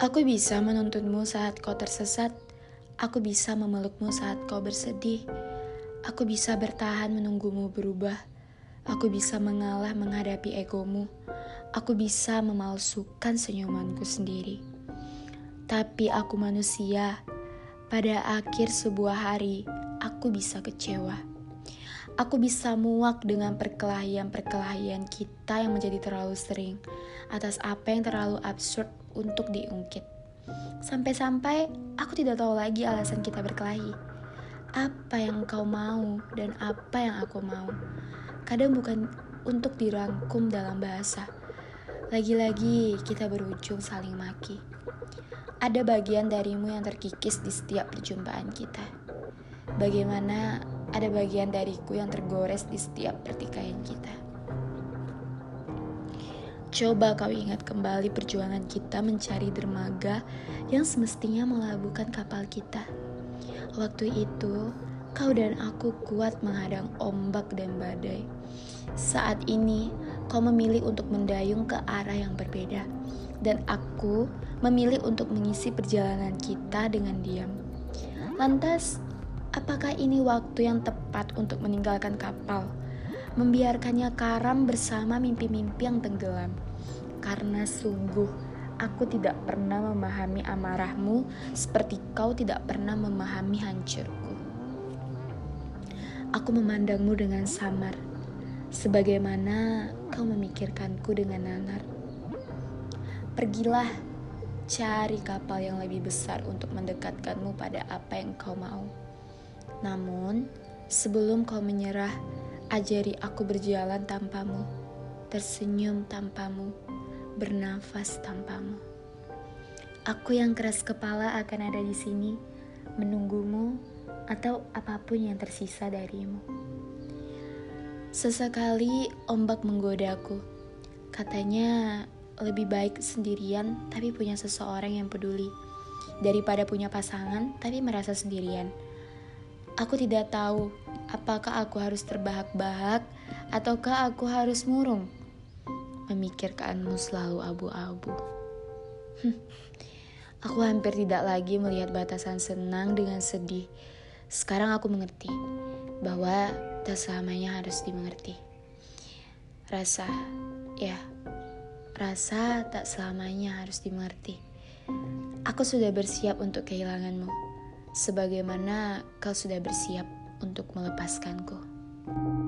Aku bisa menuntunmu saat kau tersesat. Aku bisa memelukmu saat kau bersedih. Aku bisa bertahan menunggumu berubah. Aku bisa mengalah menghadapi egomu. Aku bisa memalsukan senyumanku sendiri. Tapi aku manusia. Pada akhir sebuah hari, aku bisa kecewa. Aku bisa muak dengan perkelahian-perkelahian kita yang menjadi terlalu sering atas apa yang terlalu absurd untuk diungkit. Sampai-sampai aku tidak tahu lagi alasan kita berkelahi. Apa yang kau mau dan apa yang aku mau. Kadang bukan untuk dirangkum dalam bahasa. Lagi-lagi kita berujung saling maki. Ada bagian darimu yang terkikis di setiap perjumpaan kita. Bagaimana ada bagian dariku yang tergores di setiap pertikaian kita. Coba kau ingat kembali perjuangan kita mencari dermaga yang semestinya melabuhkan kapal kita. Waktu itu, kau dan aku kuat menghadang ombak dan badai. Saat ini, kau memilih untuk mendayung ke arah yang berbeda. Dan aku memilih untuk mengisi perjalanan kita dengan diam. Lantas, apakah ini waktu yang tepat untuk meninggalkan kapal? Membiarkannya karam bersama mimpi-mimpi yang tenggelam. Karena sungguh, aku tidak pernah memahami amarahmu seperti kau tidak pernah memahami hancurku. Aku memandangmu dengan samar, sebagaimana kau memikirkanku dengan nanar. Pergilah, cari kapal yang lebih besar untuk mendekatkanmu pada apa yang kau mau. Namun, sebelum kau menyerah, ajari aku berjalan tanpamu, tersenyum tanpamu, bernafas tanpamu. Aku yang keras kepala akan ada di sini, menunggumu atau apapun yang tersisa darimu. Sesekali ombak menggodaku. Katanya lebih baik sendirian tapi punya seseorang yang peduli daripada punya pasangan tapi merasa sendirian. Aku tidak tahu apakah aku harus terbahak-bahak ataukah aku harus murung. Memikirkanmu selalu abu-abu. Aku hampir tidak lagi melihat batasan senang dengan sedih. Sekarang aku mengerti bahwa tak selamanya harus dimengerti. Rasa tak selamanya harus dimengerti. Aku sudah bersiap untuk kehilanganmu, sebagaimana kau sudah bersiap untuk melepaskanku.